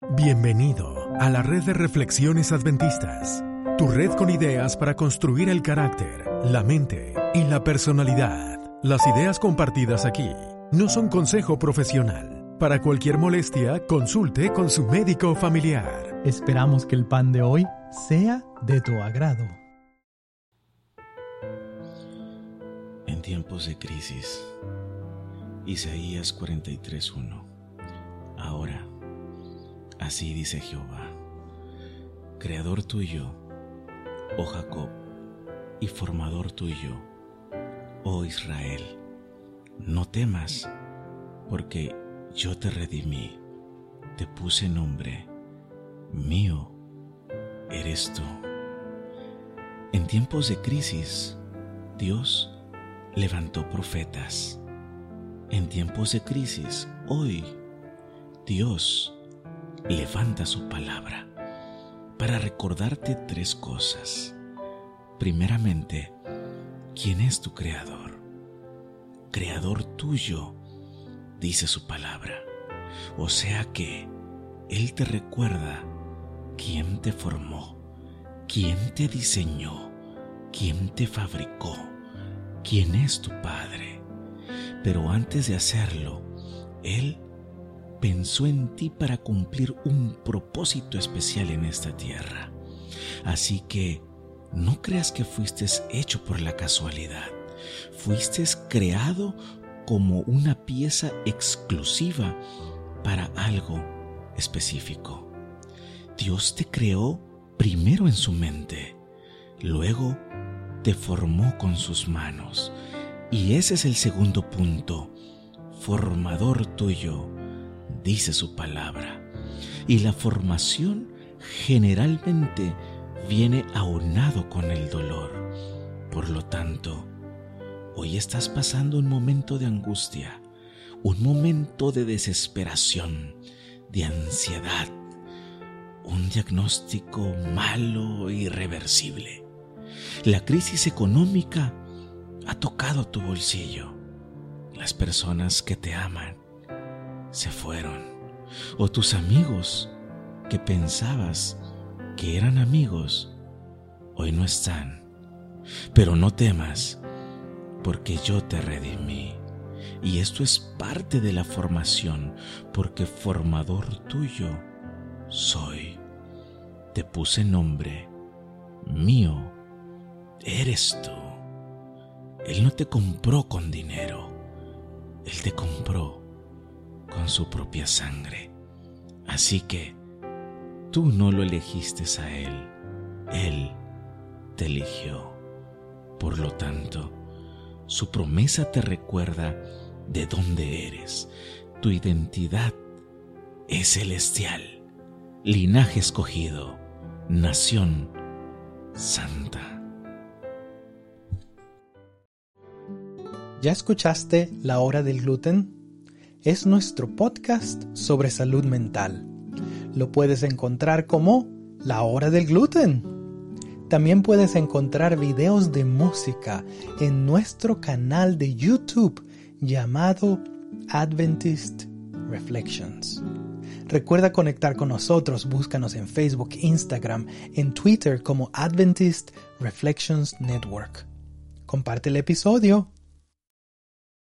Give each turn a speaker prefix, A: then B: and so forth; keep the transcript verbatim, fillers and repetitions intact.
A: Bienvenido a la red de reflexiones adventistas, tu red con ideas para construir el carácter, la mente y la personalidad. Las ideas compartidas aquí no son consejo profesional. Para cualquier molestia, consulte con su médico familiar.
B: Esperamos que el pan de hoy sea de tu agrado.
C: En tiempos de crisis, Isaías cuarenta y tres uno. Ahora, así dice Jehová, Creador tuyo, oh Jacob, y formador tuyo, oh Israel. No temas, porque yo te redimí, te puse nombre, mío eres tú. En tiempos de crisis, Dios levantó profetas. En tiempos de crisis, hoy, Dios levanta su palabra para recordarte tres cosas. Primeramente, ¿quién es tu creador? Creador tuyo, dice su palabra. O sea que Él te recuerda quién te formó, quién te diseñó, quién te fabricó, quién es tu Padre. Pero antes de hacerlo, Él pensó en ti para cumplir un propósito especial en esta tierra. Así que no creas que fuiste hecho por la casualidad. Fuiste creado como una pieza exclusiva para algo específico. Dios te creó primero en su mente, luego te formó con sus manos. Y ese es el segundo punto, formador tuyo, dice su palabra. Y la formación generalmente viene aunado con el dolor. Por lo tanto, hoy estás pasando un momento de angustia, un momento de desesperación, de ansiedad, un diagnóstico malo e irreversible. La crisis económica ha tocado tu bolsillo. Las personas que te aman se fueron, o tus amigos que pensabas que eran amigos hoy no están. Pero no temas, porque yo te redimí, y esto es parte de la formación, porque formador tuyo soy. Te puse nombre, mío eres tú. Él no te compró con dinero, Él te compró con su propia sangre. Así que tú no lo elegiste a Él, Él te eligió. Por lo tanto, su promesa te recuerda de dónde eres. Tu identidad es celestial, linaje escogido, nación santa.
B: ¿Ya escuchaste La Hora del Gluten? Es nuestro podcast sobre salud mental. Lo puedes encontrar como La Hora del Gluten. También puedes encontrar videos de música en nuestro canal de YouTube llamado Adventist Reflections. Recuerda conectar con nosotros, búscanos en Facebook, Instagram, en Twitter como Adventist Reflections Network. Comparte el episodio.